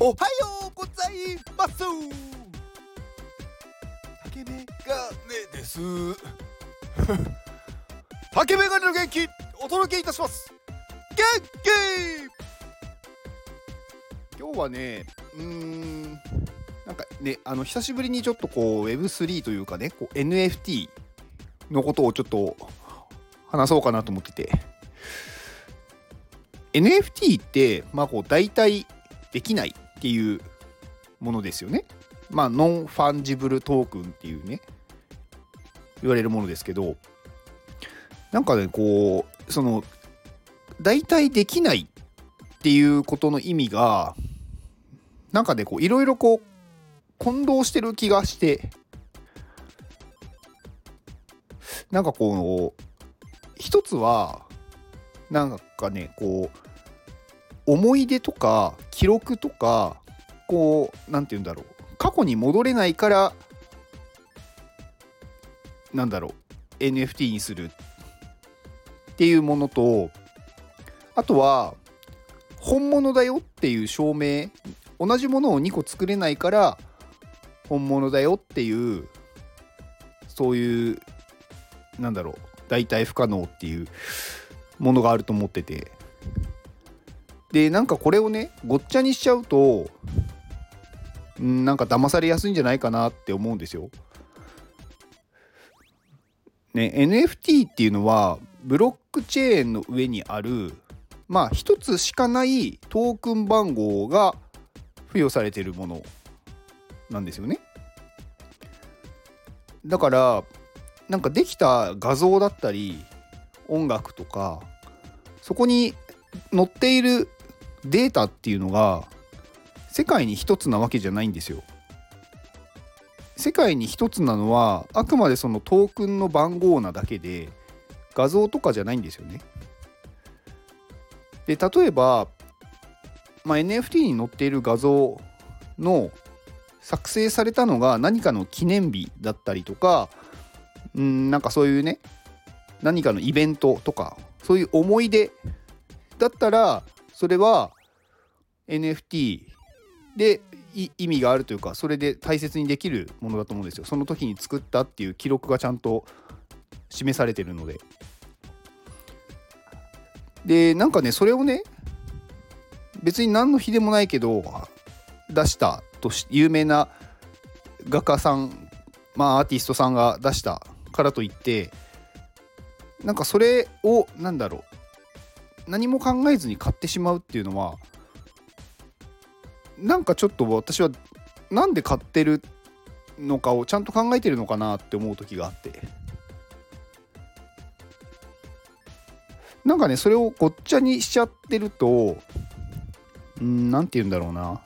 おはようございます。竹メガネです。竹メガネの元気お届けいたします。元気。今日はね、なんかね、久しぶりにちょっとこう Web3 というかね、こう NFT のことをちょっと話そうかなと思ってて、NFT ってこう代替できないっていうものですよね。ノンファンジブルトークンっていうね言われるものですけど、なんかねこうその代替できないっていうことの意味がなんかねこういろいろこう混同してる気がして、なんかこう一つはなんかねこう思い出とか記録とかこうなんて言うんだろう、過去に戻れないからなんだろう NFT にするっていうものと、あとは本物だよっていう証明、同じものを2個作れないから本物だよっていう、そういうなんだろう代替不可能っていうものがあると思ってて、でなんかこれをねごっちゃにしちゃうとなんか騙されやすいんじゃないかなって思うんですよ。ね、NFT っていうのはブロックチェーンの上にある一つしかないトークン番号が付与されているものなんですよね。だからなんかできた画像だったり音楽とかそこに載っているデータっていうのが世界に一つなわけじゃないんですよ。世界に一つなのはあくまでそのトークンの番号なだけで画像とかじゃないんですよね。で例えば、NFT に載っている画像の作成されたのが何かの記念日だったりとか、なんかそういうね何かのイベントとかそういう思い出だったらそれは NFT で意味があるというか、それで大切にできるものだと思うんですよ。その時に作ったっていう記録がちゃんと示されてるので。でなんかねそれをね別に何の日でもないけど出したと有名な画家さんアーティストさんが出したからといってなんかそれを何も考えずに買ってしまうっていうのはなんかちょっと私はなんで買ってるのかをちゃんと考えてるのかなって思う時があって、なんかねそれをごっちゃにしちゃってるとなんて言うんだろうな、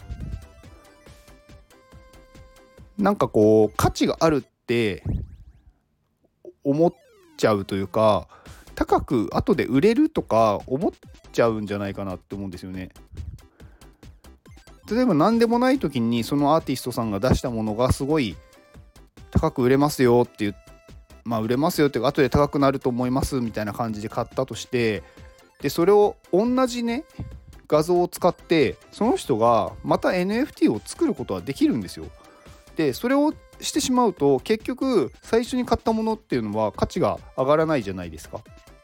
なんかこう価値があるって思っちゃうというか、高く後で売れるとか思っちゃうんじゃないかなって思うんですよね。例えば何でもない時にそのアーティストさんが出したものがすごい高く売れますよっていう、売れますよっていうか後で高くなると思いますみたいな感じで買ったとして、でそれを同じね画像を使ってその人がまた NFT を作ることはできるんですよ。でそれをしてしまうと結局最初に買ったものっていうのは価値が上がらないじゃないですか。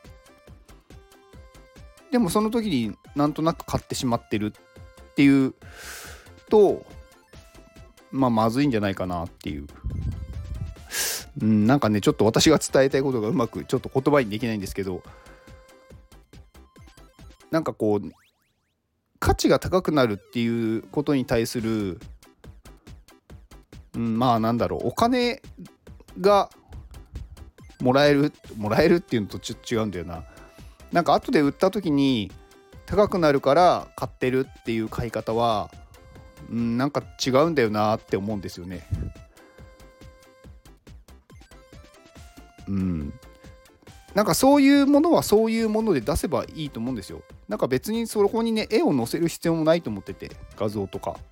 でもその時になんとなく買ってしまってるっていうとまずいんじゃないかなっていう、なんかねちょっと私が伝えたいことがうまくちょっと言葉にできないんですけど、なんかこう価値が高くなるっていうことに対するお金がもらえるっていうのとちょっと違うんだよな。なんか後で売った時に高くなるから買ってるっていう買い方はなんか違うんだよなって思うんですよね。なんかそういうものはそういうもので出せばいいと思うんですよ。なんか別にそこにね絵を載せる必要もないと思ってて、画像とか。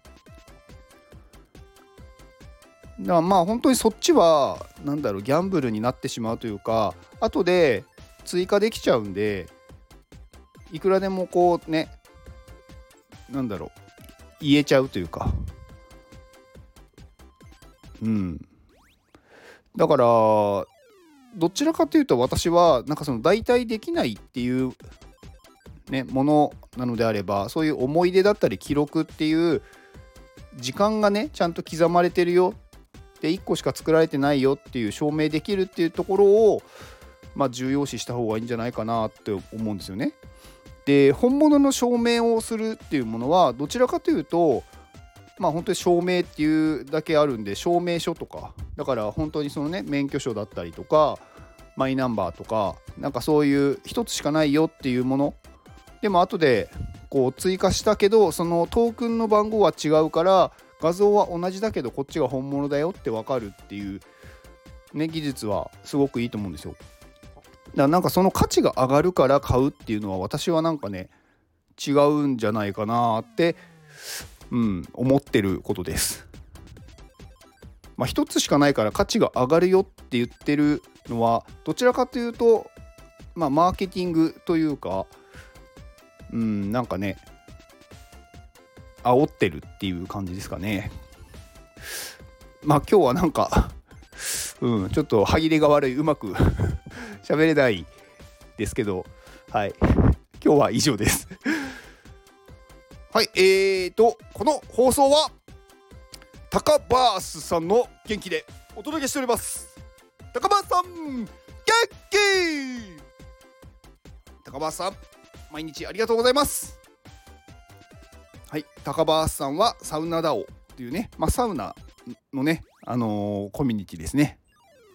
だから本当にそっちはギャンブルになってしまうというか、後で追加できちゃうんでいくらでもこうね言えちゃうというか、だからどちらかというと私はなんかその代替できないっていうねものなのであれば、そういう思い出だったり記録っていう時間がねちゃんと刻まれてるよで、1個しか作られてないよっていう証明できるっていうところを重要視した方がいいんじゃないかなって思うんですよね。で、本物の証明をするっていうものはどちらかというと本当に証明っていうだけあるんで、証明書とかだから本当にそのね免許証だったりとかマイナンバーとかなんかそういう一つしかないよっていうものでも後でこう追加したけどそのトークンの番号は違うから画像は同じだけどこっちが本物だよって分かるっていうね技術はすごくいいと思うんですよ。だからなんかその価値が上がるから買うっていうのは私はなんかね違うんじゃないかなって思ってることです。一つしかないから価値が上がるよって言ってるのはどちらかというとマーケティングというかなんかね煽ってるっていう感じですかね。今日はなんかちょっと歯切れが悪い、うまく喋れないですけど、はい、今日は以上ですはい、この放送はタカバースさんの元気でお届けしております。タカバースさん元気、タカバースさん毎日ありがとうございます。はい、タカバースさんはサウナダオっていうね、サウナのね、コミュニティですね。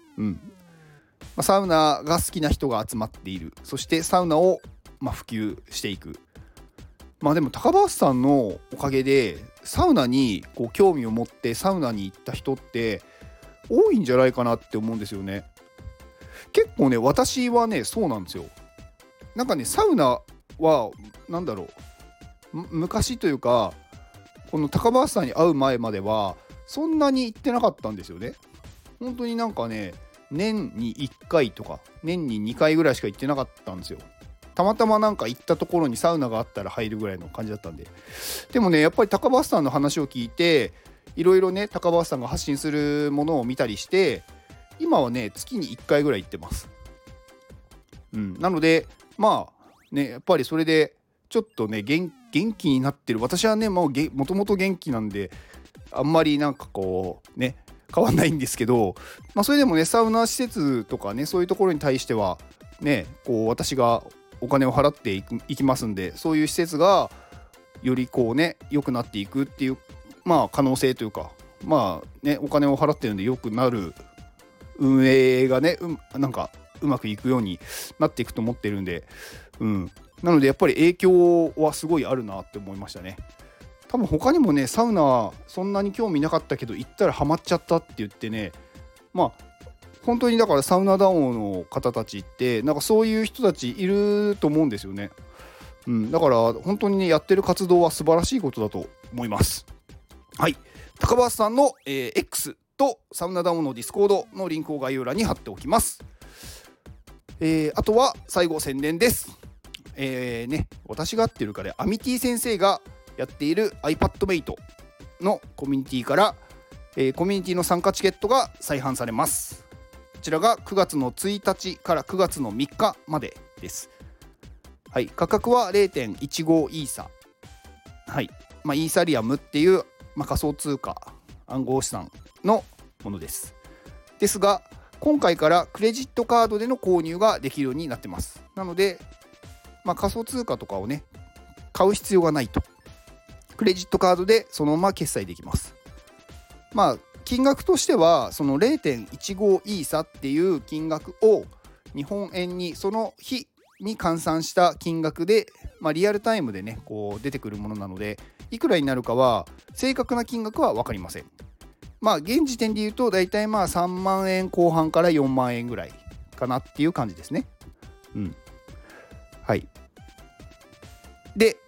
サウナが好きな人が集まっている、そしてサウナを普及していく。でもタカバースさんのおかげでサウナにこう興味を持ってサウナに行った人って多いんじゃないかなって思うんですよね。結構ね私はねそうなんですよ。なんかねサウナはなんだろう、昔というかこのタカバースさんに会う前まではそんなに行ってなかったんですよね。本当になんかね年に1回とか年に2回ぐらいしか行ってなかったんですよ。たまたまなんか行ったところにサウナがあったら入るぐらいの感じだったんで。でもねやっぱりタカバースさんの話を聞いていろいろねタカバースさんが発信するものを見たりして今はね月に1回ぐらい行ってます。なのでやっぱりそれでちょっとね元気になってる。私はねもともと元気なんであんまりなんかこうね変わんないんですけど、それでもねサウナ施設とかねそういうところに対してはねこう私がお金を払っていきますんで、そういう施設がよりこうね良くなっていくっていう可能性というかお金を払ってるんで良くなる運営がねなんかうまくいくようになっていくと思ってるんで、なのでやっぱり影響はすごいあるなって思いましたね。多分他にもねサウナそんなに興味なかったけど行ったらハマっちゃったって言ってね本当にだからサウナダオの方たちってなんかそういう人たちいると思うんですよね。だから本当にねやってる活動は素晴らしいことだと思います。はい、高橋さんの、X とサウナダオのディスコードのリンクを概要欄に貼っておきます。あとは最後宣伝です。私が会ってるからアミティ先生がやっている iPadMate のコミュニティから、コミュニティの参加チケットが再販されます。こちらが9月の1日から9月の3日までです。はい、価格は 0.15 イーサ、はい、イーサリアムっていう、仮想通貨暗号資産のものです。ですが今回からクレジットカードでの購入ができるようになってます。なので、仮想通貨とかをね買う必要がないと、クレジットカードでそのまま決済できます。金額としてはその 0.15 イーサっていう金額を日本円にその日に換算した金額で、リアルタイムでねこう出てくるものなのでいくらになるかは正確な金額は分かりません。現時点で言うとだいたい3万円後半から4万円ぐらいかなっていう感じですね。はい。で、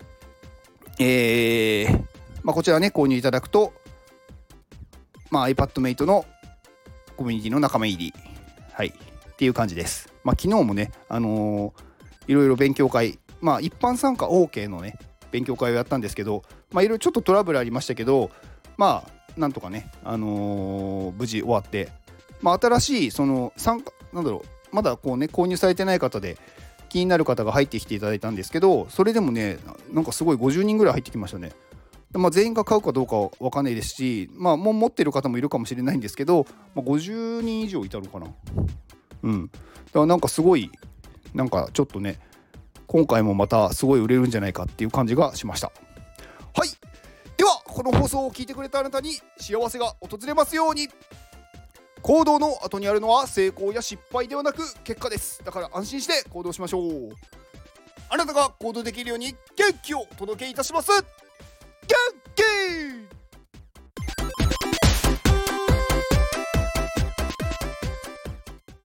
こちらね購入いただくとiPadMate のコミュニティの仲間入り、っていう感じです。昨日もね、いろいろ勉強会、一般参加 OK のね、 勉強会をやったんですけど、いろいろちょっとトラブルありましたけど、なんとかね、無事終わって、新しいそのまだこうね購入されてない方で気になる方が入ってきていただいたんですけど、それでもねなんかすごい50人ぐらい入ってきましたね。全員が買うかどうかは分かんないですし、もう持ってる方もいるかもしれないんですけど、50人以上いたのかな。だからなんかすごいなんかちょっとね今回もまたすごい売れるんじゃないかっていう感じがしました。はい、ではこの放送を聞いてくれたあなたに幸せが訪れますように。行動の後にあるのは成功や失敗ではなく結果です。だから安心して行動しましょう。あなたが行動できるように元気をお届けいたします。元